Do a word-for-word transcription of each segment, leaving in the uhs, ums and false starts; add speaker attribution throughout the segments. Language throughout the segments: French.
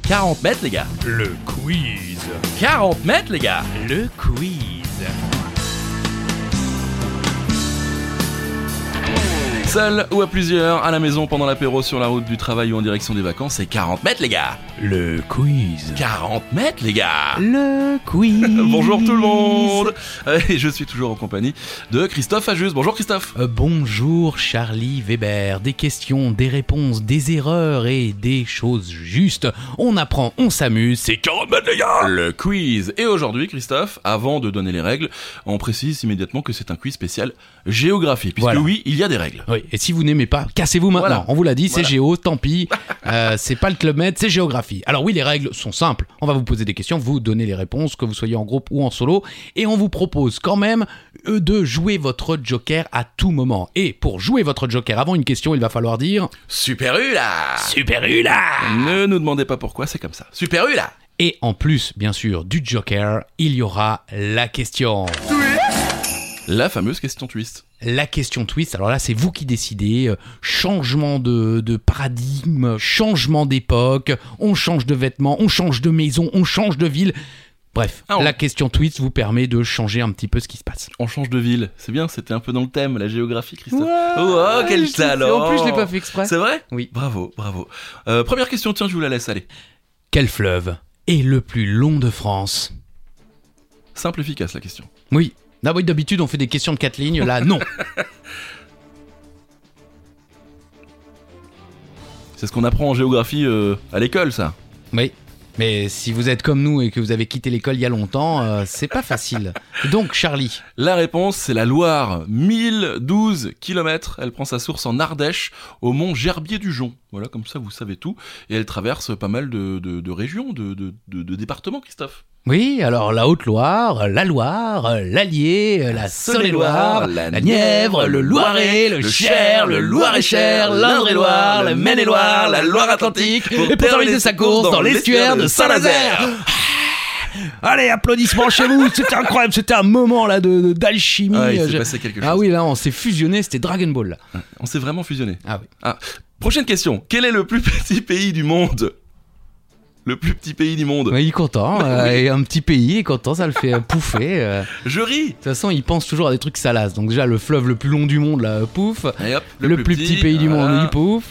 Speaker 1: quarante mètres, les gars.
Speaker 2: Le quiz.
Speaker 1: quarante mètres, les gars.
Speaker 2: Le quiz.
Speaker 1: Seul ou à plusieurs, à la maison, pendant l'apéro, sur la route du travail ou en direction des vacances, c'est quarante mètres, les gars.
Speaker 2: Le quiz.
Speaker 1: quarante mètres, les gars.
Speaker 2: Le quiz.
Speaker 1: Bonjour tout le monde. Et je suis toujours en compagnie de Christophe Ajus. Bonjour Christophe.
Speaker 2: Euh, bonjour Charlie Weber. Des questions, des réponses, des erreurs et des choses justes. On apprend, on s'amuse. C'est quarante mètres, les gars.
Speaker 1: Le quiz. Et aujourd'hui, Christophe, avant de donner les règles, on précise immédiatement que c'est un quiz spécial géographie. Puisque
Speaker 2: Voilà.
Speaker 1: oui, il y a des règles.
Speaker 2: Oui, et si vous n'aimez pas, cassez-vous maintenant.
Speaker 1: Voilà.
Speaker 2: On vous l'a dit, c'est
Speaker 1: Voilà.
Speaker 2: géo, tant pis. Euh, c'est pas le Club Med, c'est géographie. Alors oui, les règles sont simples. On va vous poser des questions, vous donner les réponses, que vous soyez en groupe ou en solo. Et on vous propose quand même euh, de jouer votre joker à tout moment. Et pour jouer votre joker avant une question, il va falloir dire...
Speaker 1: Super U là.
Speaker 2: Super U là.
Speaker 1: Ne nous demandez pas pourquoi, c'est comme ça. Super U là.
Speaker 2: Et en plus, bien sûr, du joker, il y aura la question.
Speaker 1: La fameuse question twist.
Speaker 2: La question twist, alors là c'est vous qui décidez, euh, changement de, de paradigme, changement d'époque, on change de vêtements, on change de maison, on change de ville. Bref,
Speaker 1: Ah, on-
Speaker 2: la question twist vous permet de changer un petit peu ce qui se passe.
Speaker 1: On change de ville. C'est bien, c'était un peu dans le thème, la géographie, Christophe.
Speaker 2: Ouais,
Speaker 1: oh, quel
Speaker 2: je-
Speaker 1: talent.
Speaker 2: En plus je l'ai pas fait exprès.
Speaker 1: C'est vrai ?
Speaker 2: Oui.
Speaker 1: Bravo, bravo. Euh, première question, tiens, je vous la laisse, allez.
Speaker 2: Quel fleuve est le plus long de France ?
Speaker 1: Simple, efficace la question.
Speaker 2: Oui. Ah oui, d'habitude on fait des questions de quatre lignes, là non.
Speaker 1: C'est ce qu'on apprend en géographie euh, à l'école, ça.
Speaker 2: Oui. Mais si vous êtes comme nous et que vous avez quitté l'école il y a longtemps, euh, c'est pas facile. Donc Charlie,
Speaker 1: La réponse, c'est la Loire. mille douze kilomètres. Elle prend sa source en Ardèche, au mont Gerbier-du-Jonc. Voilà, comme ça, vous savez tout. Et elle traverse pas mal de, de, de régions, de, de, de, de départements, Christophe.
Speaker 2: oui, alors la Haute-Loire, la Loire, l'Allier, la Saône-et-Loire, la Nièvre, le Loiret, le Cher, le Loir-et-Cher, l'Indre-et-Loire, le Maine-et-Loire, la Loire-Atlantique, et pour terminer sa course dans l'estuaire de Saint-Nazaire. Allez, applaudissements chez vous, c'était incroyable, c'était un moment là de, de- d'alchimie.
Speaker 1: Ah, il s'est
Speaker 2: Je-
Speaker 1: passé quelque chose.
Speaker 2: Ah oui, là on s'est fusionné, c'était Dragon Ball. Là.
Speaker 1: On s'est vraiment fusionné.
Speaker 2: Ah oui.
Speaker 1: Ah, prochaine question. Quel est le plus petit pays du monde ? Le plus petit pays du monde.
Speaker 2: Ouais, il est content,
Speaker 1: Bah
Speaker 2: euh,
Speaker 1: oui.
Speaker 2: et un petit pays, il est content, ça le fait euh, pouffer. euh. De
Speaker 1: Je ris.
Speaker 2: toute façon, il pense toujours à des trucs salaces. Donc déjà, le fleuve le plus long du monde, là, pouf.
Speaker 1: Et hop,
Speaker 2: Le, plus, petit, pays du monde,
Speaker 1: voilà.
Speaker 2: il pouf.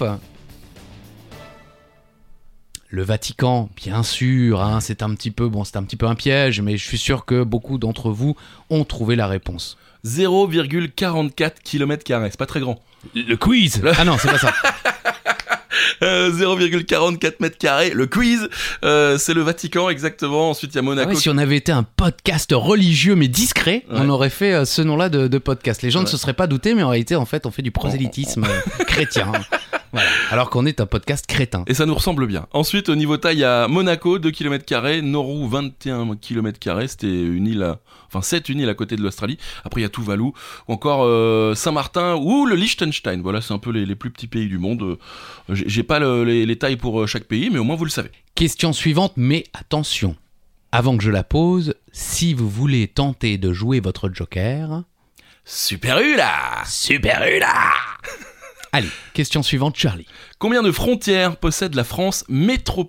Speaker 2: Le Vatican, bien sûr, hein, c'est un petit peu, bon, c'est un petit peu un piège, mais je suis sûr que beaucoup d'entre vous ont trouvé la réponse.
Speaker 1: zéro virgule quarante-quatre kilomètres carrés. C'est pas très grand.
Speaker 2: Le quiz. Ah non, c'est pas ça.
Speaker 1: Euh, zéro virgule quarante-quatre mètres carrés. Le quiz, euh, c'est le Vatican, exactement. Ensuite, il y a
Speaker 2: Ah
Speaker 1: Monaco.
Speaker 2: ouais, si on avait été un podcast religieux mais discret,
Speaker 1: Ouais.
Speaker 2: on aurait fait euh, ce nom-là de, de podcast. Les gens ne
Speaker 1: Ouais.
Speaker 2: se seraient pas doutés, mais en réalité, en fait, on fait du prosélytisme euh, chrétien. Voilà. Alors qu'on est un podcast crétin.
Speaker 1: Et ça nous ressemble bien. Ensuite, au niveau taille, il y a Monaco, deux kilomètres carrés. Nauru, vingt et un kilomètres carrés. C'était une île, à... enfin, c'est une île à côté de l'Australie. Après, il y a Tuvalu. Ou encore euh, Saint-Martin ou le Liechtenstein. Voilà, c'est un peu les, les plus petits pays du monde. Euh, J'ai j'ai pas le- les, les tailles pour euh, chaque pays, mais au moins vous le savez.
Speaker 2: Question suivante, mais attention. Avant que je la pose, si vous voulez tenter de jouer votre joker...
Speaker 1: Super U là.
Speaker 2: Super U là. Allez, question suivante, Charlie.
Speaker 1: Combien de frontières possède la France métropolitaine ?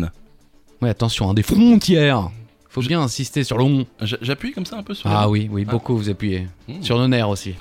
Speaker 2: Oui, attention, hein, des frontières. Faut bien insister sur le on.
Speaker 1: J- J'appuie comme ça un peu sur
Speaker 2: Ah
Speaker 1: les-
Speaker 2: oui, oui, beaucoup vous appuyez.
Speaker 1: Mmh.
Speaker 2: Sur nos nerfs aussi.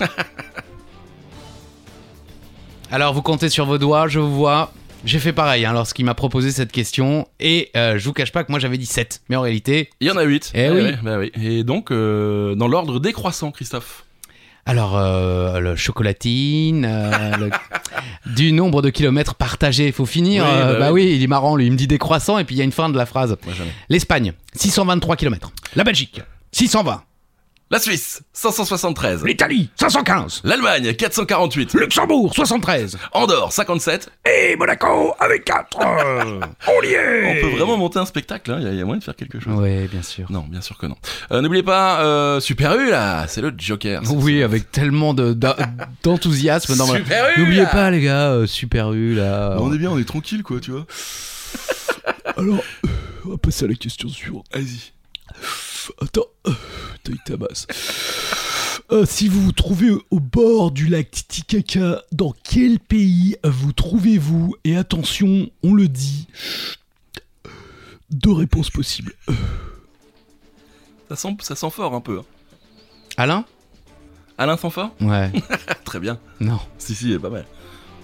Speaker 2: Alors, vous comptez sur vos doigts, je vous vois. J'ai fait pareil hein, lorsqu'il m'a proposé cette question. Et euh, je vous cache pas que moi j'avais dit sept. Mais en réalité...
Speaker 1: Il y en a huit.
Speaker 2: Eh oui.
Speaker 1: bah oui. Et donc, euh, dans l'ordre décroissant, Christophe.
Speaker 2: Alors, euh, le chocolatine, euh, le- du nombre de kilomètres partagés, il faut finir.
Speaker 1: Oui,
Speaker 2: euh,
Speaker 1: bah
Speaker 2: bah
Speaker 1: oui.
Speaker 2: oui, il est marrant, lui, il me dit décroissant et puis il y a une fin de la phrase.
Speaker 1: Moi, jamais.
Speaker 2: L'Espagne, six cent vingt-trois kilomètres. La Belgique, six cent vingt.
Speaker 1: La Suisse, cinq cent soixante-treize.
Speaker 2: L'Italie, cinq cent quinze.
Speaker 1: L'Allemagne, quatre cent quarante-huit.
Speaker 2: Luxembourg, soixante-treize.
Speaker 1: Andorre, cinquante-sept.
Speaker 2: Et Monaco, avec quatre. On y est.
Speaker 1: On peut vraiment monter un spectacle, hein. Il y a- il y a moyen de faire quelque chose.
Speaker 2: Oui, bien sûr.
Speaker 1: Non, bien sûr que non. Euh, N'oubliez pas, euh, Super U là, c'est le Joker. c'est-
Speaker 2: Oui, avec tellement de- d'a- d'enthousiasme. dans ma-
Speaker 1: Super U
Speaker 2: N'oubliez
Speaker 1: là.
Speaker 2: pas, les gars, euh, Super U, là.
Speaker 1: On est bien, on est tranquille quoi, tu vois.
Speaker 3: Alors, euh, on va passer à la question suivante.
Speaker 1: Vas-y.
Speaker 3: Attends, euh, t'as eu ta masse. Euh, si vous vous trouvez au bord du lac Titicaca, dans quel pays vous trouvez-vous? Et attention, on le dit, deux réponses possibles.
Speaker 1: Ça sent, ça sent fort un peu. Hein.
Speaker 2: Alain ?
Speaker 1: Alain sent fort ?
Speaker 2: Ouais.
Speaker 1: Très bien.
Speaker 2: Non.
Speaker 1: Si, si, elle est pas mal.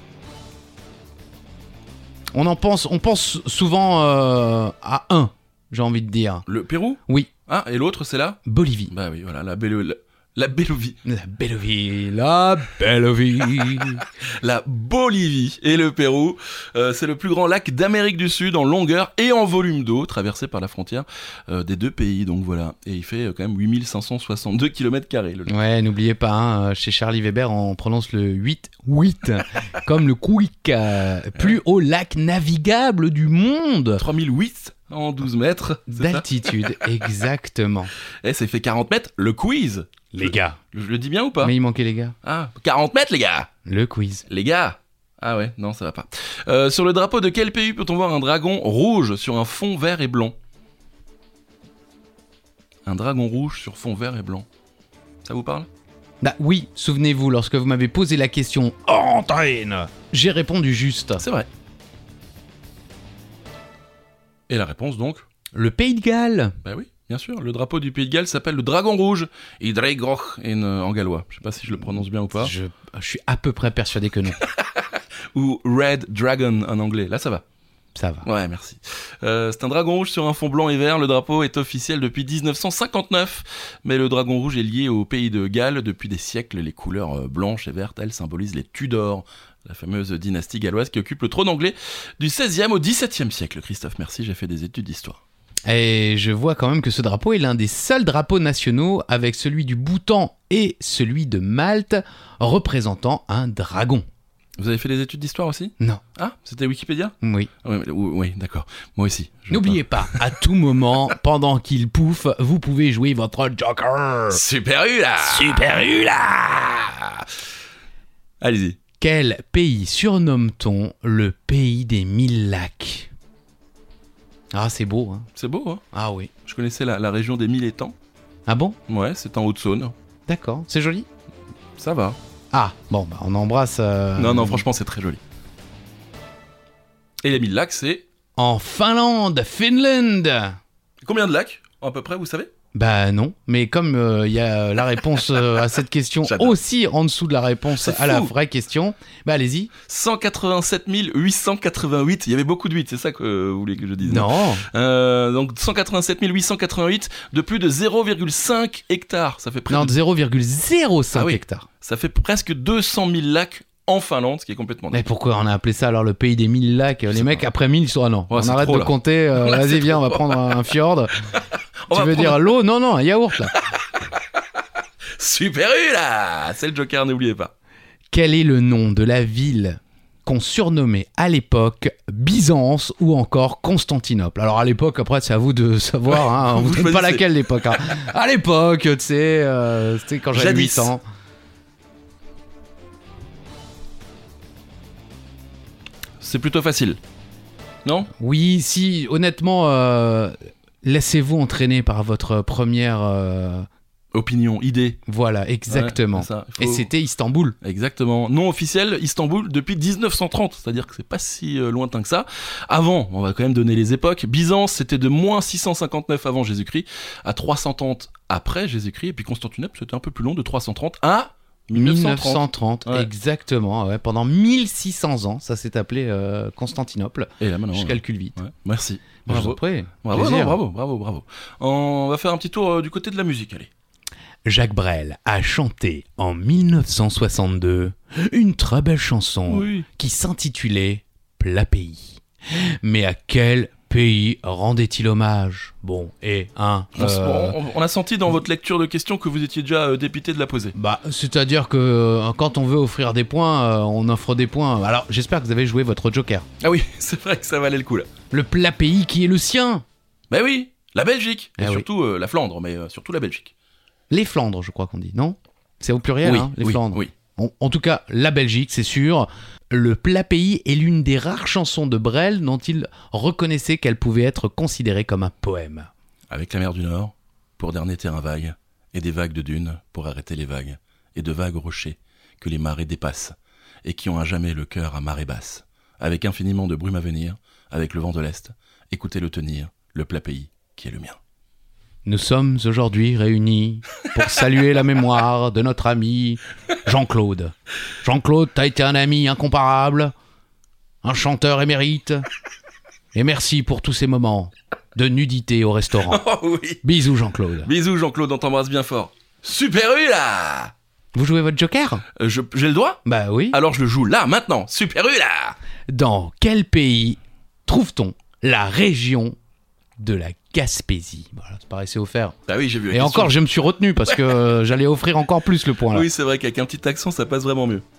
Speaker 2: On en pense, on pense souvent euh, à un, j'ai envie de dire.
Speaker 1: Le Pérou ?
Speaker 2: Oui.
Speaker 1: Ah, et l'autre, c'est là ?
Speaker 2: Bolivie.
Speaker 1: Bah oui, voilà, la belle... La... La Bélovie.
Speaker 2: La Bélovie, la Bélovie.
Speaker 1: La Bolivie et le Pérou, euh, c'est le plus grand lac d'Amérique du Sud en longueur et en volume d'eau, traversé par la frontière euh, des deux pays. Donc voilà, et il fait euh, quand même huit mille cinq cent soixante-deux kilomètres carrés. Le lac.
Speaker 2: Ouais, n'oubliez pas, hein, chez Charlie Weber, on prononce le huit huit, comme le Quick, euh, plus haut lac navigable du monde.
Speaker 1: trois mille huit en douze mètres.
Speaker 2: D'altitude, exactement.
Speaker 1: Et ça fait quarante mètres, le quiz.
Speaker 2: Les
Speaker 1: je,
Speaker 2: gars.
Speaker 1: Je, je le dis bien ou pas ?
Speaker 2: Mais il manquait les gars.
Speaker 1: Ah, quarante mètres les gars.
Speaker 2: Le quiz.
Speaker 1: Les gars. Ah ouais, non ça va pas. Euh, sur le drapeau de quel pays peut-on voir un dragon rouge sur un fond vert et blanc ? Un dragon rouge sur fond vert et blanc. Ça vous parle ?
Speaker 2: Bah oui, souvenez-vous, lorsque vous m'avez posé la question en antenne, j'ai répondu juste.
Speaker 1: C'est vrai. Et la réponse donc ?
Speaker 2: Le Pays de Galles.
Speaker 1: Bah oui, bien sûr. Le drapeau du Pays de Galles s'appelle le Dragon Rouge. Idreigroch en gallois. Je sais pas si je le prononce bien ou pas.
Speaker 2: Je, je suis à peu près persuadé que non.
Speaker 1: Ou Red Dragon en anglais. Là, ça va.
Speaker 2: Ça va.
Speaker 1: Ouais, merci. Euh, c'est un dragon rouge sur un fond blanc et vert. Le drapeau est officiel depuis dix-neuf cent cinquante-neuf. Mais le dragon rouge est lié au Pays de Galles depuis des siècles. Les couleurs blanches et vertes, elles, symbolisent les Tudors, la fameuse dynastie galloise qui occupe le trône anglais du seizième au dix-septième siècle. Christophe, merci, j'ai fait des études d'histoire.
Speaker 2: Et je vois quand même que ce drapeau est l'un des seuls drapeaux nationaux avec celui du Bhoutan et celui de Malte représentant un dragon.
Speaker 1: Vous avez fait des études d'histoire aussi ?
Speaker 2: Non.
Speaker 1: Ah, c'était Wikipédia ?
Speaker 2: Oui.
Speaker 1: Oui, oui, oui, d'accord. Moi aussi.
Speaker 2: N'oubliez pas, à tout moment, pendant qu'il pouffe, vous pouvez jouer votre Joker.
Speaker 1: Super U là !
Speaker 2: Super U là !
Speaker 1: Allez-y.
Speaker 2: Quel pays surnomme-t-on le pays des mille lacs ? Ah, c'est beau, hein.
Speaker 1: C'est beau, hein ?
Speaker 2: Ah oui.
Speaker 1: Je connaissais la, la région des mille étangs.
Speaker 2: Ah bon ?
Speaker 1: Ouais, c'est en Haute-Saône.
Speaker 2: D'accord, c'est joli ?
Speaker 1: Ça va.
Speaker 2: Ah, bon, bah on embrasse... Euh...
Speaker 1: Non, non, franchement, c'est très joli. Et les mille lacs, c'est...
Speaker 2: En Finlande, Finland.
Speaker 1: Combien de lacs, à peu près, vous savez ?
Speaker 2: Bah non, mais comme il euh, y a la réponse euh, à cette question aussi en dessous de la réponse
Speaker 1: C'est
Speaker 2: à la
Speaker 1: fou.
Speaker 2: vraie question, bah allez-y.
Speaker 1: cent quatre-vingt-sept mille huit cent quatre-vingt-huit. Il y avait beaucoup de huit, c'est ça que euh, vous voulez que je dise ?
Speaker 2: Non.
Speaker 1: Euh, donc cent quatre-vingt-sept mille huit cent quatre-vingt-huit de plus de zéro virgule cinq hectares. Ça fait près
Speaker 2: Non,
Speaker 1: de...
Speaker 2: de zéro virgule zéro cinq
Speaker 1: Ah oui.
Speaker 2: hectares.
Speaker 1: Ça fait presque deux cent mille lacs en Finlande, ce qui est complètement
Speaker 2: Mais
Speaker 1: dingue.
Speaker 2: pourquoi on a appelé ça alors le pays des mille lacs ? Les
Speaker 1: sais
Speaker 2: mecs,
Speaker 1: pas.
Speaker 2: après mille, ils sont... Ah non,
Speaker 1: Ouais,
Speaker 2: on
Speaker 1: c'est
Speaker 2: arrête
Speaker 1: trop,
Speaker 2: de
Speaker 1: là.
Speaker 2: compter. euh,
Speaker 1: Là,
Speaker 2: Vas-y,
Speaker 1: c'est
Speaker 2: viens,
Speaker 1: trop.
Speaker 2: on va prendre un fjord.
Speaker 1: On
Speaker 2: Tu
Speaker 1: va
Speaker 2: veux
Speaker 1: prendre-
Speaker 2: dire l'eau ? Non, non, un yaourt là.
Speaker 1: Super U là ! C'est le Joker, n'oubliez pas.
Speaker 2: Quel est le nom de la ville qu'on surnommait à l'époque Byzance ou encore Constantinople ? Alors à l'époque, après c'est à vous de savoir, hein, on
Speaker 1: Vous
Speaker 2: vous donne pas
Speaker 1: choisissez.
Speaker 2: laquelle l'époque. Hein. À l'époque, tu sais, euh, c'était quand j'avais
Speaker 1: Jadis.
Speaker 2: huit ans.
Speaker 1: C'est plutôt facile. Non ?
Speaker 2: Oui, si, honnêtement, euh, laissez-vous entraîner par votre première... euh,
Speaker 1: Opinion, idée.
Speaker 2: Voilà, exactement.
Speaker 1: Ouais, c'est ça. Il
Speaker 2: Et
Speaker 1: faut-
Speaker 2: c'était Istanbul.
Speaker 1: Exactement. Nom officiel, Istanbul, depuis dix-neuf cent trente. C'est-à-dire que c'est pas si euh, lointain que ça. Avant, on va quand même donner les époques. Byzance, c'était de moins six cent cinquante-neuf avant Jésus-Christ à trois cent trente après Jésus-Christ. Et puis Constantinople, c'était un peu plus long, de trois cent trente à mille neuf cent trente.
Speaker 2: mille neuf cent trente,
Speaker 1: Ouais.
Speaker 2: exactement. Ouais. Pendant mille six cents ans, ça s'est appelé euh, Constantinople.
Speaker 1: Et là maintenant.
Speaker 2: Je
Speaker 1: ouais.
Speaker 2: calcule vite.
Speaker 1: Ouais. Merci.
Speaker 2: Moi, je vous
Speaker 1: Bravo.
Speaker 2: en prie.
Speaker 1: Bravo,
Speaker 2: Plaisir.
Speaker 1: non, bravo, bravo, bravo. On va faire un petit tour euh, du côté de la musique, allez.
Speaker 2: Jacques Brel a chanté en mille neuf cent soixante-deux une très belle chanson
Speaker 1: Oui.
Speaker 2: qui s'intitulait Plat pays. Mais à quel pays rendait-il hommage ? Bon, et un...
Speaker 1: On, s-
Speaker 2: euh,
Speaker 1: on- on a senti dans votre lecture de questions que vous étiez déjà euh, dépité de la poser.
Speaker 2: Bah, c'est-à-dire que euh, quand on veut offrir des points, euh, on offre des points. Alors, j'espère que vous avez joué votre Joker.
Speaker 1: Ah oui, c'est vrai que ça valait le coup là.
Speaker 2: Le plat pays qui est le sien.
Speaker 1: Mais oui, la Belgique. Et
Speaker 2: Ah oui.
Speaker 1: surtout euh, la Flandre, mais euh, surtout la Belgique.
Speaker 2: Les Flandres, je crois qu'on dit, non ? C'est au pluriel,
Speaker 1: oui,
Speaker 2: hein, les
Speaker 1: oui,
Speaker 2: Flandres.
Speaker 1: oui.
Speaker 2: Bon, en tout cas, la Belgique, c'est sûr. Le plat pays est l'une des rares chansons de Brel dont il reconnaissait qu'elle pouvait être considérée comme un poème.
Speaker 1: Avec la mer du Nord, pour dernier terrain vague, et des vagues de dunes pour arrêter les vagues, et de vagues rochers que les marées dépassent, et qui ont à jamais le cœur à marée basse. Avec infiniment de brume à venir, avec le vent de l'Est, écoutez-le tenir, le plat pays qui est le mien.
Speaker 2: Nous sommes aujourd'hui réunis pour saluer la mémoire de notre ami Jean-Claude. Jean-Claude, t'as été un ami incomparable, un chanteur émérite, et merci pour tous ces moments de nudité au restaurant.
Speaker 1: Oh oui.
Speaker 2: Bisous Jean-Claude.
Speaker 1: Bisous Jean-Claude, on t'embrasse bien fort. Super U là.
Speaker 2: Vous jouez votre joker ?
Speaker 1: euh, je, J'ai le droit ?
Speaker 2: Bah oui.
Speaker 1: Alors je le joue là, maintenant. Super U là.
Speaker 2: Dans quel pays trouve-t-on la région de la Gaspésie ? Voilà, ça paraissait offert.
Speaker 1: Ah oui, j'ai vu la
Speaker 2: Et
Speaker 1: question.
Speaker 2: encore, je me suis retenu parce que euh, j'allais offrir encore plus le point là.
Speaker 1: Oui, c'est vrai qu'avec un petit accent, ça passe vraiment mieux.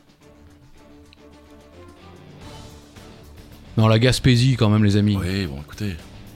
Speaker 2: Non, la Gaspésie quand même, les amis.
Speaker 1: Oui, bon, écoutez.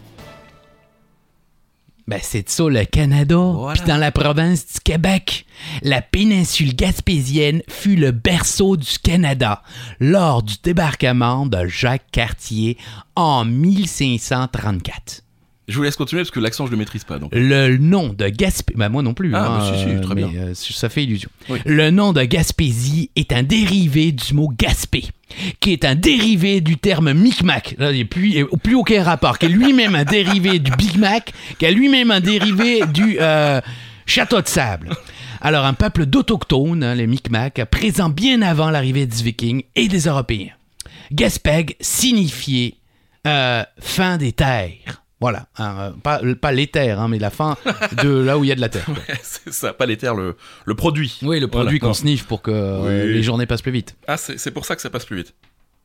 Speaker 2: Ben c'est ça le Canada,
Speaker 1: Voilà.
Speaker 2: puis dans la province du Québec. La péninsule gaspésienne fut le berceau du Canada lors du débarquement de Jacques Cartier en mille cinq cent trente-quatre.
Speaker 1: Je vous laisse continuer parce que l'accent, je le maîtrise pas. Donc.
Speaker 2: Le nom de Gaspésie... Ben moi non plus.
Speaker 1: Ah,
Speaker 2: hein,
Speaker 1: bah, si, si, très
Speaker 2: mais,
Speaker 1: bien.
Speaker 2: euh, ça fait illusion.
Speaker 1: Oui.
Speaker 2: Le nom de Gaspésie est un dérivé du mot Gaspé, qui est un dérivé du terme Micmac. Là, il n'y a plus, il y a plus aucun rapport. Qui est lui-même un dérivé du Big Mac, qui est lui-même un dérivé du euh, château de sable. Alors, un peuple d'autochtones, hein, les Micmacs, présent bien avant l'arrivée des Vikings et des Européens. Gaspeg signifiait euh, fin des terres. Voilà, hein, euh, pas, pas les terres, hein, mais la fin de là où il y a de la terre.
Speaker 1: Ouais, c'est ça, pas les terres, le, le produit.
Speaker 2: Oui, le produit
Speaker 1: Voilà.
Speaker 2: qu'on sniffe pour que euh,
Speaker 1: Oui.
Speaker 2: les journées passent plus vite.
Speaker 1: Ah, c'est, c'est pour ça que ça passe plus vite.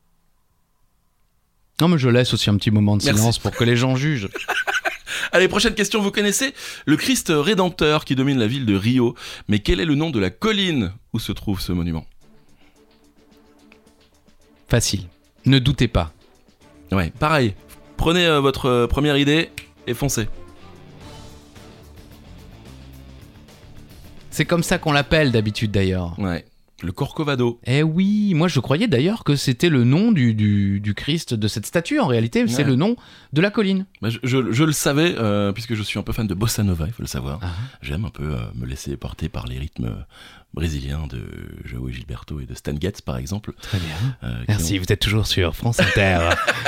Speaker 2: Non, mais je laisse aussi un petit moment de
Speaker 1: Merci.
Speaker 2: silence pour que les gens jugent.
Speaker 1: Allez, prochaine question. Vous connaissez le Christ Rédempteur qui domine la ville de Rio. Mais quel est le nom de la colline où se trouve ce monument ?
Speaker 2: Facile. Ne doutez pas.
Speaker 1: Ouais, pareil. Prenez euh, votre euh, première idée et foncez.
Speaker 2: C'est comme ça qu'on l'appelle d'habitude d'ailleurs.
Speaker 1: Ouais. Le Corcovado.
Speaker 2: Eh oui, moi je croyais d'ailleurs que c'était le nom du, du, du Christ, de cette statue. En réalité, c'est
Speaker 1: Ouais.
Speaker 2: le nom de la colline.
Speaker 1: Bah, je, je- je le savais, euh, puisque je suis un peu fan de bossa nova, il faut le savoir.
Speaker 2: Ah.
Speaker 1: J'aime un peu euh, me laisser porter par les rythmes euh, brésiliens de João Gilberto et de Stan Getz, par exemple.
Speaker 2: Très bien.
Speaker 1: euh, qui
Speaker 2: Merci, vous êtes toujours sur France Inter.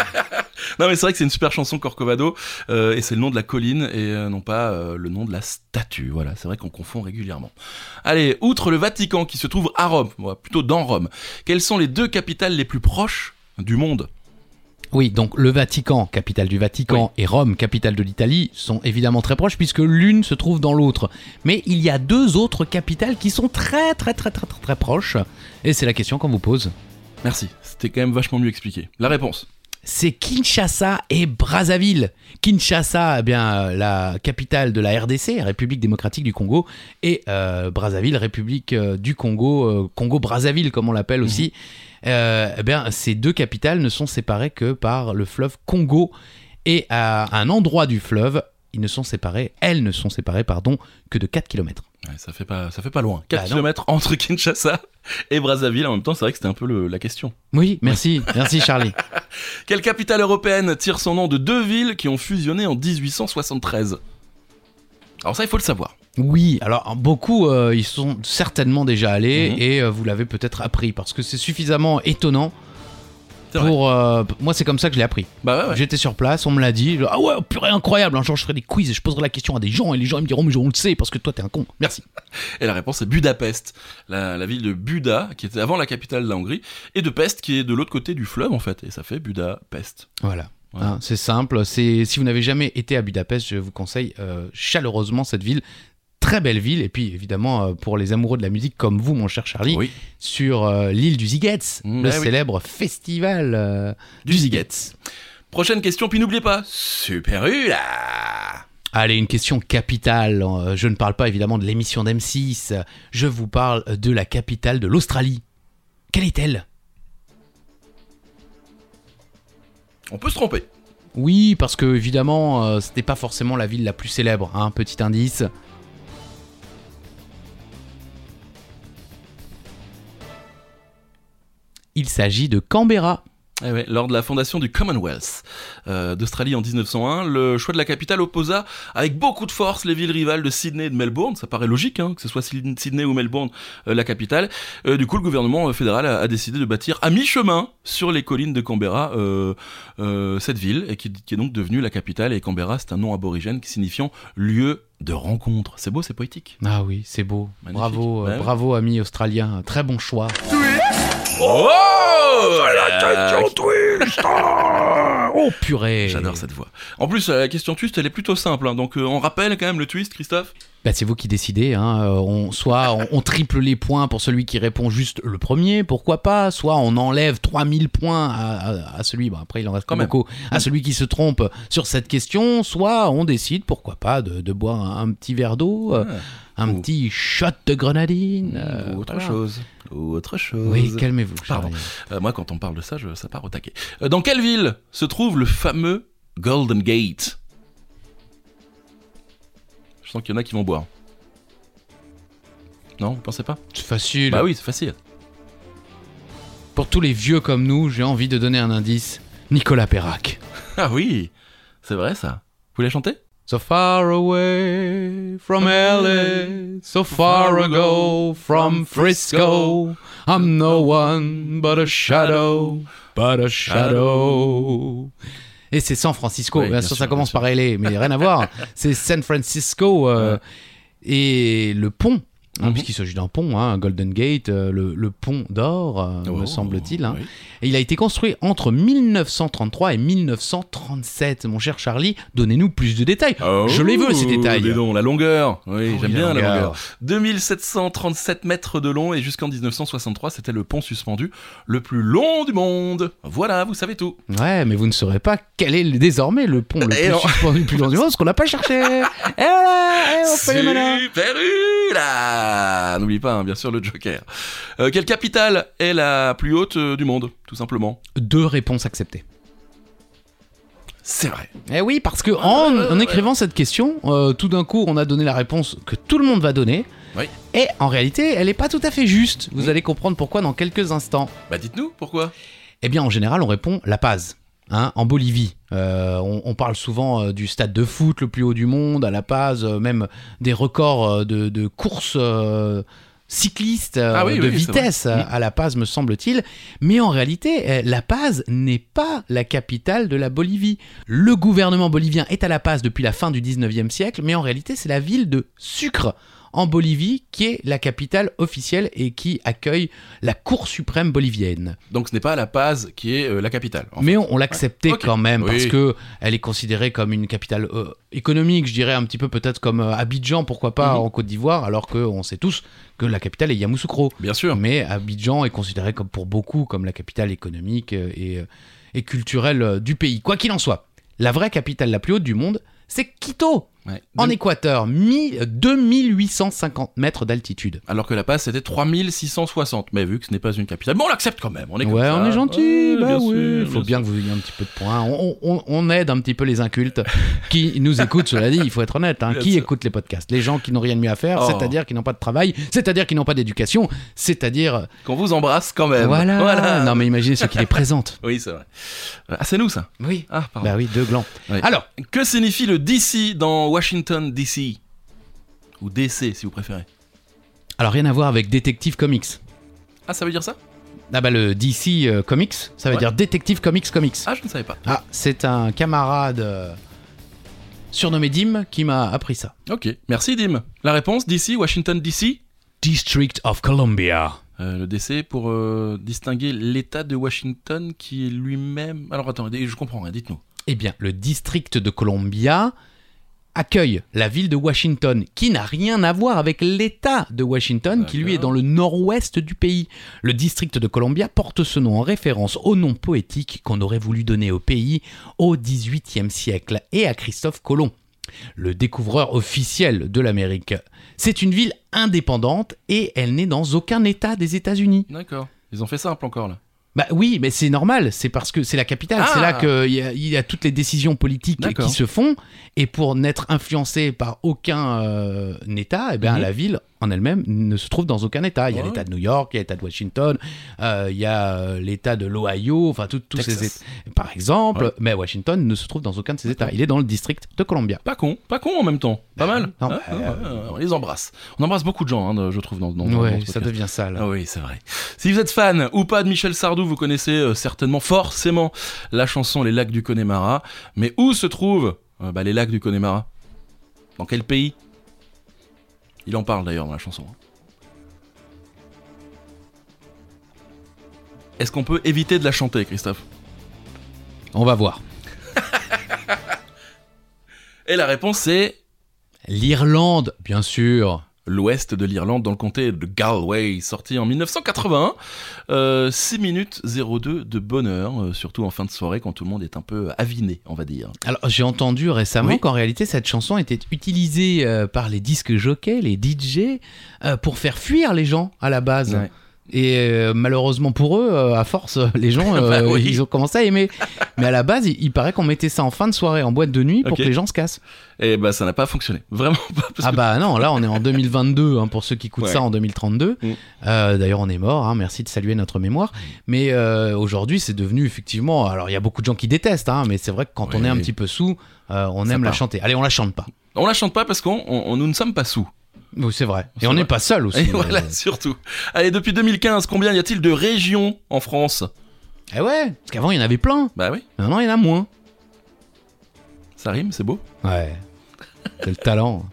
Speaker 1: Non, mais c'est vrai que c'est une super chanson, Corcovado, euh, et c'est le nom de la colline et euh, non pas euh, le nom de la statue. Voilà, c'est vrai qu'on confond régulièrement. Allez, outre le Vatican qui se trouve à Rome, ouais, plutôt dans Rome, quelles sont les deux capitales les plus proches du monde ?
Speaker 2: Oui, donc le Vatican, capitale du Vatican, et Rome, capitale de l'Italie, sont évidemment très proches puisque l'une se trouve dans l'autre. Mais il y a deux autres capitales qui sont très très très très très, très proches. Et c'est la question qu'on vous pose.
Speaker 1: Merci, c'était quand même vachement mieux expliqué. La réponse ?
Speaker 2: C'est Kinshasa et Brazzaville. Kinshasa, eh bien, euh, la capitale de la R D C, République démocratique du Congo, et euh, Brazzaville, République euh, du Congo, euh, Congo-Brazzaville comme on l'appelle aussi. Euh, eh bien, ces deux capitales ne sont séparées que par le fleuve Congo, et à un endroit du fleuve, ils ne sont séparés, elles ne sont séparées, pardon, que de quatre kilomètres.
Speaker 1: Ouais, ça fait pas, ça fait pas loin. quatre
Speaker 2: Bah non.
Speaker 1: kilomètres entre Kinshasa et Brazzaville. En même temps, c'est vrai que c'était un peu le- la question.
Speaker 2: Oui, merci, merci Charlie.
Speaker 1: Quelle capitale européenne tire son nom de deux villes qui ont fusionné en dix-huit cent soixante-treize ? Alors ça, il faut le savoir.
Speaker 2: Oui, alors beaucoup euh, ils sont certainement déjà allés
Speaker 1: Mhm.
Speaker 2: et euh, vous l'avez peut-être appris parce que c'est suffisamment étonnant
Speaker 1: C'est vrai.
Speaker 2: pour... euh, moi c'est comme ça que je l'ai appris.
Speaker 1: Bah ouais, ouais.
Speaker 2: J'étais sur place, on me l'a dit, je- ah ouais, purée incroyable, un jour je ferai des quiz et je poserai la question à des gens et les gens ils me diront mais on le sait parce que toi t'es un con, merci.
Speaker 1: Et la réponse est Budapest, la, la ville de Buda, qui était avant la capitale de la Hongrie, et de Pest, qui est de l'autre côté du fleuve en fait, et ça fait Budapest.
Speaker 2: Voilà.
Speaker 1: Voilà.
Speaker 2: Hein, c'est simple, c'est si vous n'avez jamais été à Budapest, je vous conseille euh, chaleureusement cette ville. Très belle ville, et puis évidemment euh, pour les amoureux de la musique comme vous mon cher Charlie,
Speaker 1: Oui,
Speaker 2: sur euh, l'île du Zigetz,
Speaker 1: Mmh,
Speaker 2: le
Speaker 1: ah oui.
Speaker 2: célèbre festival euh,
Speaker 1: du Zigetz. Prochaine question, puis n'oubliez pas, Super U là.
Speaker 2: Allez, une question capitale. Euh, Je ne parle pas évidemment de l'émission d'M six. Je vous parle de la capitale de l'Australie. Quelle est-elle ?
Speaker 1: On peut se tromper.
Speaker 2: Oui, parce que évidemment, euh, ce n'est pas forcément la ville la plus célèbre. Hein, petit indice. Il s'agit de Canberra.
Speaker 1: Eh ouais, lors de la fondation du Commonwealth euh, d'Australie en dix-neuf cent un, le choix de la capitale opposa avec beaucoup de force les villes rivales de Sydney et de Melbourne. Ça paraît logique, hein, que ce soit Sydney ou Melbourne euh, la capitale. Euh, du coup, le gouvernement euh, fédéral a, a décidé de bâtir à mi-chemin sur les collines de Canberra euh, euh, cette ville, et qui, qui est donc devenue la capitale. Et Canberra, c'est un nom aborigène qui signifiant lieu de rencontre. C'est beau, c'est poétique.
Speaker 2: Ah oui, c'est beau.
Speaker 1: Magnifique.
Speaker 2: Bravo, euh,
Speaker 1: Ouais.
Speaker 2: bravo amis australiens. Très bon choix.
Speaker 1: Oh,
Speaker 2: Oh purée.
Speaker 1: J'adore cette voix. En plus, la question twist, elle est plutôt simple, hein, donc euh, on rappelle quand même le twist, Christophe.
Speaker 2: Bah, c'est vous qui décidez. Hein. Euh, On, soit on, on triple les points pour celui qui répond juste le premier, pourquoi pas. Soit on enlève trois mille points à, à, à celui, bon, après il en reste
Speaker 1: Quand
Speaker 2: pas beaucoup, à celui qui se trompe sur cette question. Soit on décide, pourquoi pas, de, de boire un, un petit verre d'eau, euh, un
Speaker 1: Ou-
Speaker 2: petit shot de grenadine. euh,
Speaker 1: Ou autre
Speaker 2: voilà.
Speaker 1: chose. Ou autre chose.
Speaker 2: Oui, calmez-vous.
Speaker 1: Pardon.
Speaker 2: Charlie.
Speaker 1: Euh, moi, quand on parle de ça, je, ça part au taquet. Euh, dans quelle ville se trouve le fameux Golden Gate ? Je sens qu'il y en a qui vont boire. Non, vous pensez pas ?
Speaker 2: C'est facile.
Speaker 1: Bah oui, c'est facile.
Speaker 2: Pour tous les vieux comme nous, j'ai envie de donner un indice. Nicolas Perrac.
Speaker 1: Ah oui, c'est vrai ça. Vous voulez chanter ?
Speaker 2: So far away from L A, so far ago from Frisco, I'm no one but a shadow, but a shadow. Et c'est San Francisco,
Speaker 1: Oui,
Speaker 2: bien,
Speaker 1: bien
Speaker 2: sûr,
Speaker 1: sûr,
Speaker 2: ça commence
Speaker 1: bien
Speaker 2: par L A, mais rien à voir. C'est San Francisco euh, et le pont. Hein,
Speaker 1: Mhm.
Speaker 2: puisqu'il s'agit d'un pont, hein, Golden Gate, euh, le, le pont d'or, euh,
Speaker 1: Oh,
Speaker 2: me semble-t-il. Hein.
Speaker 1: oui.
Speaker 2: Et il a été construit entre mille neuf cent trente-trois et mille neuf cent trente-sept. Mon cher Charlie, donnez-nous plus de détails.
Speaker 1: Oh,
Speaker 2: Je les veux, ces détails.
Speaker 1: dis donc, la longueur. Oui,
Speaker 2: Oh,
Speaker 1: j'aime
Speaker 2: oui,
Speaker 1: bien
Speaker 2: la
Speaker 1: la longueur.
Speaker 2: longueur.
Speaker 1: deux mille sept cent trente-sept mètres de long, et jusqu'en dix-neuf cent soixante-trois, c'était le pont suspendu le plus long du monde. Voilà, vous savez tout.
Speaker 2: Ouais, mais vous ne saurez pas quel est le- désormais le pont le
Speaker 1: Eh
Speaker 2: plus
Speaker 1: non.
Speaker 2: suspendu le plus long du monde, parce qu'on n'a pas cherché. Et voilà, et on fait les malins.
Speaker 1: Super U, là. N'oublie pas, hein, bien sûr, le Joker. Euh, quelle capitale est la plus haute euh, du monde, tout simplement ?
Speaker 2: Deux réponses acceptées.
Speaker 1: C'est vrai.
Speaker 2: Eh oui, parce que en, en écrivant cette question, euh, tout d'un coup, on a donné la réponse que tout le monde va donner.
Speaker 1: Oui.
Speaker 2: Et en réalité, elle n'est pas tout à fait juste. Vous
Speaker 1: Mmh.
Speaker 2: allez comprendre pourquoi dans quelques instants.
Speaker 1: Bah dites-nous, pourquoi ?
Speaker 2: Eh bien, en général, on répond La Paz, hein, en Bolivie. Euh, on, on parle souvent euh, du stade de foot le plus haut du monde, à La Paz, euh, même des records euh, de, de courses euh, cyclistes, euh,
Speaker 1: Ah oui,
Speaker 2: de
Speaker 1: oui, c'est
Speaker 2: vitesse
Speaker 1: vrai.
Speaker 2: à, à La Paz, me semble-t-il. Mais en réalité, euh, La Paz n'est pas la capitale de la Bolivie. Le gouvernement bolivien est à La Paz depuis la fin du dix-neuvième siècle, mais en réalité, c'est la ville de Sucre, en Bolivie, qui est la capitale officielle et qui accueille la Cour suprême bolivienne.
Speaker 1: Donc ce n'est pas La Paz qui est euh, la capitale. en
Speaker 2: Mais on, on l'acceptait
Speaker 1: Ouais. Ok.
Speaker 2: quand même
Speaker 1: Oui.
Speaker 2: parce que elle est considérée comme une capitale euh, économique, je dirais un petit peu peut-être comme euh, Abidjan, pourquoi pas,
Speaker 1: Mhm.
Speaker 2: en Côte d'Ivoire, alors qu'on sait tous que la capitale est Yamoussoukro.
Speaker 1: fait. Bien sûr.
Speaker 2: Mais Abidjan est considéré comme pour beaucoup comme la capitale économique euh, et, euh, et culturelle euh, du pays. Quoi qu'il en soit, la vraie capitale la plus haute du monde, c'est Quito,
Speaker 1: Ouais.
Speaker 2: en
Speaker 1: De-
Speaker 2: Équateur, mi- deux mille huit cent cinquante mètres d'altitude.
Speaker 1: Alors que La Paz c'était trois mille six cent soixante. Mais vu que ce n'est pas une capitale, bon, on l'accepte quand même. On est comme
Speaker 2: Ouais,
Speaker 1: ça.
Speaker 2: on est gentil,
Speaker 1: Ouais,
Speaker 2: bah
Speaker 1: bien
Speaker 2: oui,
Speaker 1: sûr,
Speaker 2: il faut
Speaker 1: bien
Speaker 2: bien que vous ayez un petit peu de points. On, on- on aide un petit peu les incultes qui nous écoutent, cela dit, il faut être honnête. Hein.
Speaker 1: Bien
Speaker 2: Qui
Speaker 1: sûr.
Speaker 2: écoute les podcasts ? Les gens qui n'ont rien de mieux à faire,
Speaker 1: Oh.
Speaker 2: c'est-à-dire qui n'ont pas de travail, c'est-à-dire qui n'ont pas d'éducation, c'est-à-dire...
Speaker 1: Qu'on vous embrasse quand même.
Speaker 2: Voilà. Non mais imaginez ceux qui les présentent.
Speaker 1: Oui, c'est vrai. Ah, c'est nous ça.
Speaker 2: Oui.
Speaker 1: Ah, pardon.
Speaker 2: Bah oui, deux glands.
Speaker 1: Ouais.
Speaker 2: Alors,
Speaker 1: Que signifie le D C dans Washington D C ? Ou D C si vous préférez.
Speaker 2: alors rien à voir avec Détective Comics.
Speaker 1: Ah, ça veut dire ça ?
Speaker 2: Ah bah le D C euh, Comics, ça veut
Speaker 1: Ouais.
Speaker 2: dire Détective Comics Comics.
Speaker 1: Ah, je ne savais pas.
Speaker 2: Ah, c'est un camarade euh, surnommé Dim qui m'a appris ça.
Speaker 1: Ok, merci Dim. La réponse, D C, Washington D C ?
Speaker 2: District of Columbia.
Speaker 1: Euh, le D C pour euh, distinguer l'État de Washington qui est lui-même... Alors attendez, je comprends rien, dites-nous.
Speaker 2: Eh bien, le district de Columbia accueille la ville de Washington, qui n'a rien à voir avec l'État de Washington, qui lui est
Speaker 1: D'accord.
Speaker 2: dans le nord-ouest du pays. Le district de Columbia porte ce nom en référence au nom poétique qu'on aurait voulu donner au pays au dix-huitième siècle et à Christophe Colomb, le découvreur officiel de l'Amérique. C'est une ville indépendante et elle n'est dans aucun État des États-Unis.
Speaker 1: D'accord. Ils ont fait simple encore là.
Speaker 2: Bah oui, mais c'est normal, c'est parce que c'est la capitale,
Speaker 1: Ah.
Speaker 2: c'est là qu'il y, a- il y a toutes les décisions politiques
Speaker 1: D'accord.
Speaker 2: qui se font, et pour n'être influencé par aucun euh, État, eh ben,
Speaker 1: Mhm.
Speaker 2: la ville en elle-même ne se trouve dans aucun État. Il y a
Speaker 1: Ouais.
Speaker 2: l'État de New York, il y a l'État de Washington, euh, il y a euh, l'État de l'Ohio, enfin tout- tous ces
Speaker 1: Texas.
Speaker 2: États, par exemple.
Speaker 1: Ouais.
Speaker 2: Mais Washington ne se trouve dans aucun de ces États. Il est dans le district de Columbia.
Speaker 1: Pas con, pas con en même temps. Pas mal.
Speaker 2: non,
Speaker 1: Ouais,
Speaker 2: bah,
Speaker 1: ouais, ouais, on les embrasse. On embrasse beaucoup de gens, hein, je trouve, dans, dans, dans
Speaker 2: Ouais,
Speaker 1: ce
Speaker 2: ça
Speaker 1: podcast.
Speaker 2: devient sale.
Speaker 1: Ah oui, c'est vrai. Si vous êtes fan ou pas de Michel Sardou, vous connaissez euh, certainement, forcément, la chanson Les Lacs du Connemara. Mais où se trouvent euh, bah, les lacs du Connemara? Dans quel pays? Il en parle d'ailleurs dans la chanson. Est-ce qu'on peut éviter de la chanter, Christophe?
Speaker 2: On va voir.
Speaker 1: Et la réponse c'est
Speaker 2: L'Irlande, bien sûr.
Speaker 1: l'ouest de l'Irlande, dans le comté de Galway, sorti en dix-neuf cent quatre-vingt-un. Euh, six minutes zéro deux de bonheur, euh, surtout en fin de soirée quand tout le monde est un peu aviné, on va dire.
Speaker 2: Alors, j'ai entendu récemment
Speaker 1: Oui.
Speaker 2: qu'en réalité, cette chanson était utilisée euh, par les disques jockeys, les D J, euh, pour faire fuir les gens à la base.
Speaker 1: Ouais.
Speaker 2: Et euh, malheureusement pour eux, euh, à force, les gens, euh,
Speaker 1: Bah oui.
Speaker 2: ils ont commencé à aimer. Mais à la base, il, il paraît qu'on mettait ça en fin de soirée, en boîte de nuit, pour
Speaker 1: Ok.
Speaker 2: que les gens se cassent.
Speaker 1: Et bah ça n'a pas fonctionné, vraiment pas. Parce
Speaker 2: Ah
Speaker 1: que-
Speaker 2: bah non, là on est en deux mille vingt-deux, hein, pour ceux qui écoutent
Speaker 1: Ouais.
Speaker 2: ça en deux mille trente-deux.
Speaker 1: Mm.
Speaker 2: Euh, D'ailleurs on est mort, hein, merci de saluer notre mémoire. Mais euh, aujourd'hui c'est devenu effectivement... Alors il y a beaucoup de gens qui détestent, hein, mais c'est vrai que quand on
Speaker 1: Ouais.
Speaker 2: est un petit peu sous, euh, on
Speaker 1: Ça
Speaker 2: aime la
Speaker 1: part.
Speaker 2: chanter. Allez, on la chante pas.
Speaker 1: On la chante pas parce qu'on on- on- nous ne sommes pas sous.
Speaker 2: Oui, c'est vrai.
Speaker 1: C'est
Speaker 2: Et on
Speaker 1: vrai.
Speaker 2: n'est pas seul aussi.
Speaker 1: Et voilà,
Speaker 2: Euh,
Speaker 1: surtout. Allez, depuis deux mille quinze, combien y a-t-il de régions en France?
Speaker 2: Eh ouais, parce qu'avant il y en avait plein.
Speaker 1: Bah oui,
Speaker 2: Maintenant il y en a moins.
Speaker 1: ça rime, c'est beau.
Speaker 2: Ouais. C'est le talent.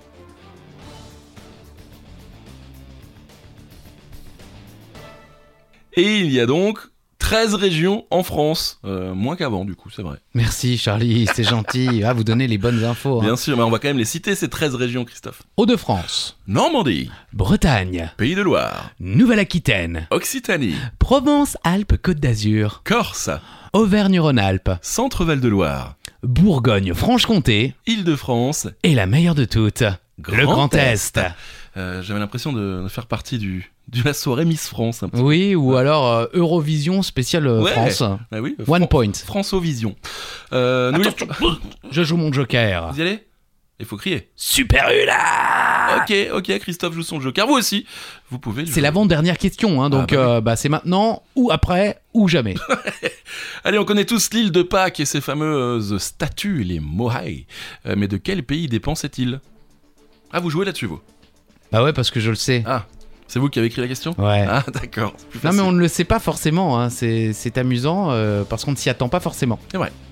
Speaker 1: Et il y a donc treize régions en France. Euh, moins qu'avant, du coup, c'est vrai.
Speaker 2: Merci Charlie, c'est gentil. Ah, vous donnez les bonnes infos. hein.
Speaker 1: Bien sûr, mais on va quand même les citer, ces treize régions, Christophe.
Speaker 2: Hauts-de-France,
Speaker 1: Normandie,
Speaker 2: Bretagne,
Speaker 1: Pays de Loire,
Speaker 2: Nouvelle-Aquitaine,
Speaker 1: Occitanie,
Speaker 2: Provence-Alpes-Côte d'Azur,
Speaker 1: Corse,
Speaker 2: Auvergne-Rhône-Alpes,
Speaker 1: Centre-Val de Loire,
Speaker 2: Bourgogne-Franche-Comté
Speaker 1: Île-de-France,
Speaker 2: et la meilleure de toutes, le Grand Est.
Speaker 1: Euh, J'avais l'impression de, de faire partie du, de la soirée Miss France. Un petit
Speaker 2: Oui, ou alors euh, Eurovision spéciale euh,
Speaker 1: Ouais.
Speaker 2: France.
Speaker 1: peu. Ah oui, euh,
Speaker 2: One
Speaker 1: Fran-
Speaker 2: point.
Speaker 1: Françovision. Euh, nous-
Speaker 2: Attention, je joue mon joker.
Speaker 1: Vous y allez? Il faut crier.
Speaker 2: Super U là.
Speaker 1: Ok, ok, Christophe joue son joker. Vous aussi, vous pouvez. le
Speaker 2: C'est
Speaker 1: jouer.
Speaker 2: l'avant-dernière question, hein, donc
Speaker 1: Ah, bah oui.
Speaker 2: euh, bah, c'est maintenant, ou après, ou jamais.
Speaker 1: Allez, on connaît tous l'île de Pâques et ses fameuses statues, les Moai. Euh, mais de quel pays dépend cette île? Ah, vous jouez là-dessus, vous?
Speaker 2: Bah ouais, parce que je le sais.
Speaker 1: Ah, c'est vous qui avez écrit la question?
Speaker 2: Ouais.
Speaker 1: Ah, d'accord. c'est plus
Speaker 2: Non mais
Speaker 1: facile.
Speaker 2: on ne le sait pas forcément, hein. c'est, c'est amusant euh, parce qu'on ne s'y attend pas forcément.
Speaker 1: C'est vrai.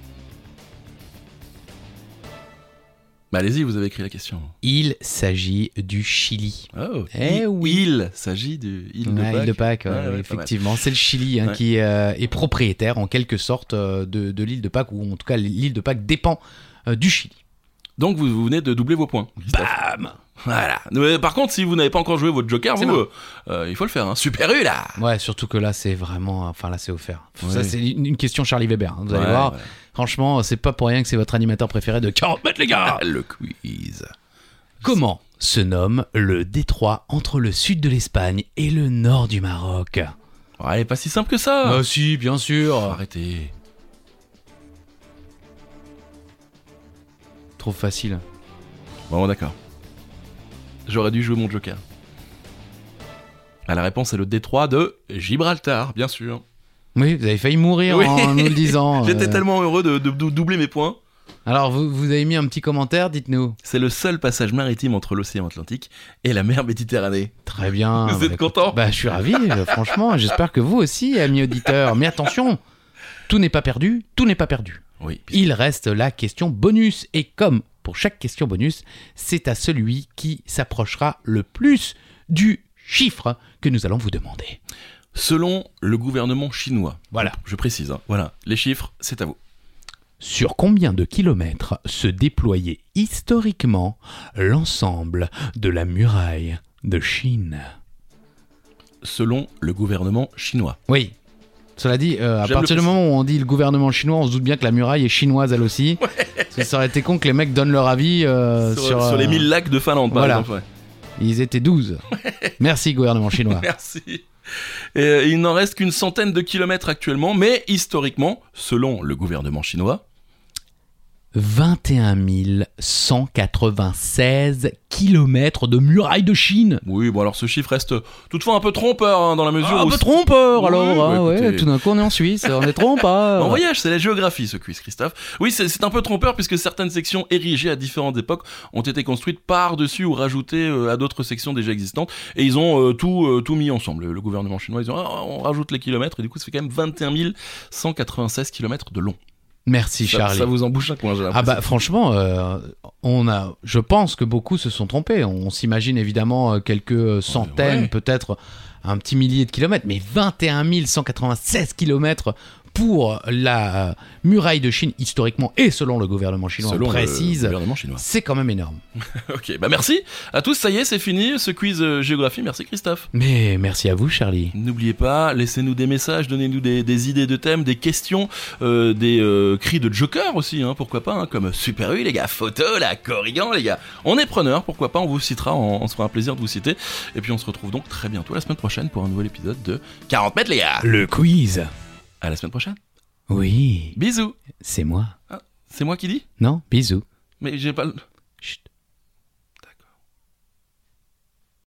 Speaker 1: Bah, allez-y, vous avez écrit la question.
Speaker 2: Il s'agit du Chili.
Speaker 1: Oh,
Speaker 2: Eh
Speaker 1: il,
Speaker 2: oui.
Speaker 1: Il s'agit de île de
Speaker 2: Ouais,
Speaker 1: Pâques.
Speaker 2: île de Pâques, ouais,
Speaker 1: Ouais, ouais, pas mal.
Speaker 2: effectivement. C'est le Chili hein,
Speaker 1: Ouais.
Speaker 2: qui euh, est propriétaire en quelque sorte euh, de, de l'île de Pâques, ou en tout cas l'île de Pâques dépend euh, du Chili.
Speaker 1: Donc, vous, vous venez de doubler vos points. Christophe.
Speaker 2: Bam.
Speaker 1: Voilà. Mais par contre, si vous n'avez pas encore joué votre joker,
Speaker 2: C'est
Speaker 1: vous,
Speaker 2: bon.
Speaker 1: euh, euh, il faut le faire. Hein. Super U là.
Speaker 2: Ouais, surtout que là c'est vraiment, enfin là c'est offert.
Speaker 1: Ouais.
Speaker 2: Ça c'est une une question Charlie Weber, hein, vous allez
Speaker 1: Ouais,
Speaker 2: voir.
Speaker 1: voilà.
Speaker 2: Franchement, c'est pas pour rien que c'est votre animateur préféré de quarante mètres les gars.
Speaker 1: Ah, le quiz.
Speaker 2: Comment se nomme le détroit entre le sud de l'Espagne et le nord du Maroc?
Speaker 1: Ouais, pas si simple que ça.
Speaker 2: Ah si, bien sûr.
Speaker 1: Arrêtez.
Speaker 2: Trop facile.
Speaker 1: Bon, d'accord. J'aurais dû jouer mon joker. Ah, la réponse est le détroit de Gibraltar, bien sûr.
Speaker 2: Oui, vous avez failli mourir
Speaker 1: Oui.
Speaker 2: en nous le disant.
Speaker 1: J'étais
Speaker 2: euh.
Speaker 1: tellement heureux de, de- de doubler mes points.
Speaker 2: Alors, vous, vous avez mis un petit commentaire, dites-nous.
Speaker 1: C'est le seul passage maritime entre l'océan Atlantique et la mer Méditerranée.
Speaker 2: Très bien.
Speaker 1: Vous êtes
Speaker 2: Bah,
Speaker 1: content?
Speaker 2: Bah, je suis ravi, euh, franchement. J'espère que vous aussi, amis auditeurs. Mais attention, tout n'est pas perdu, tout n'est pas perdu.
Speaker 1: Oui.
Speaker 2: Il reste la question bonus. Et comme pour chaque question bonus, c'est à celui qui s'approchera le plus du chiffre que nous allons vous demander.
Speaker 1: Selon le gouvernement chinois.
Speaker 2: Voilà.
Speaker 1: Je précise, hein. Voilà. Les chiffres, c'est à vous.
Speaker 2: Sur combien de kilomètres se déployait historiquement l'ensemble de la muraille de Chine?
Speaker 1: Selon le gouvernement chinois.
Speaker 2: Oui. Cela dit, euh, à
Speaker 1: J'aime
Speaker 2: partir
Speaker 1: le
Speaker 2: du moment où on dit le gouvernement chinois, on se doute bien que la muraille est chinoise elle aussi. Parce que ça aurait été con que les mecs donnent leur avis euh,
Speaker 1: sur,
Speaker 2: sur,
Speaker 1: sur les
Speaker 2: euh,
Speaker 1: mille lacs de Finlande, par
Speaker 2: voilà.
Speaker 1: exemple. ouais.
Speaker 2: Ils étaient douze. Merci gouvernement chinois.
Speaker 1: Merci. Et, euh, il n'en reste qu'une centaine de kilomètres actuellement, mais historiquement, selon le gouvernement chinois,
Speaker 2: vingt et un mille cent quatre-vingt-seize kilomètres de muraille de Chine.
Speaker 1: Oui, bon alors ce chiffre reste toutefois un peu trompeur hein, dans la mesure
Speaker 2: Ah,
Speaker 1: où...
Speaker 2: un peu trompeur
Speaker 1: Oui,
Speaker 2: alors,
Speaker 1: bah,
Speaker 2: hein, ouais,
Speaker 1: écoutez.
Speaker 2: tout d'un coup on est en Suisse, on est trompeur.
Speaker 1: En voyage, c'est la géographie ce quiz, Christophe. Oui, c'est, c'est un peu trompeur puisque certaines sections érigées à différentes époques ont été construites par-dessus ou rajoutées euh, à d'autres sections déjà existantes. Et ils ont euh, tout, euh, tout mis ensemble. Le, le gouvernement chinois, ils ont ah, on rajoute les kilomètres et du coup ça fait quand même vingt et un mille cent quatre-vingt-seize kilomètres de long.
Speaker 2: Merci
Speaker 1: Ça,
Speaker 2: Charlie.
Speaker 1: ça vous embouche un coin, j'ai
Speaker 2: Ah
Speaker 1: l'impression.
Speaker 2: bah franchement, euh, on a, je pense que beaucoup se sont trompés. On s'imagine évidemment euh, quelques centaines,
Speaker 1: ouais.
Speaker 2: peut-être un petit millier de kilomètres, mais vingt et un mille cent quatre-vingt-seize kilomètres pour la euh, muraille de Chine, historiquement et selon le gouvernement chinois,
Speaker 1: Selon
Speaker 2: on précise,
Speaker 1: le gouvernement chinois.
Speaker 2: c'est quand même énorme.
Speaker 1: Ok, bah merci à tous, ça y est, c'est fini ce quiz euh, géographie. Merci Christophe.
Speaker 2: Mais merci à vous Charlie.
Speaker 1: N'oubliez pas, laissez-nous des messages, donnez-nous des, des idées de thèmes, des questions, euh, des euh, cris de Joker aussi, hein, pourquoi pas, hein, comme Super U les gars, photo, la Corrigan les gars. On est preneurs, pourquoi pas, on vous citera, on, on se fera un plaisir de vous citer. Et puis on se retrouve donc très bientôt la semaine prochaine pour un nouvel épisode de quarante mètres les gars.
Speaker 2: Le quiz.
Speaker 1: À la semaine prochaine.
Speaker 2: Oui,
Speaker 1: Bisous.
Speaker 2: c'est moi.
Speaker 1: C'est moi qui dis?
Speaker 2: Non, bisous.
Speaker 1: Mais j'ai pas le...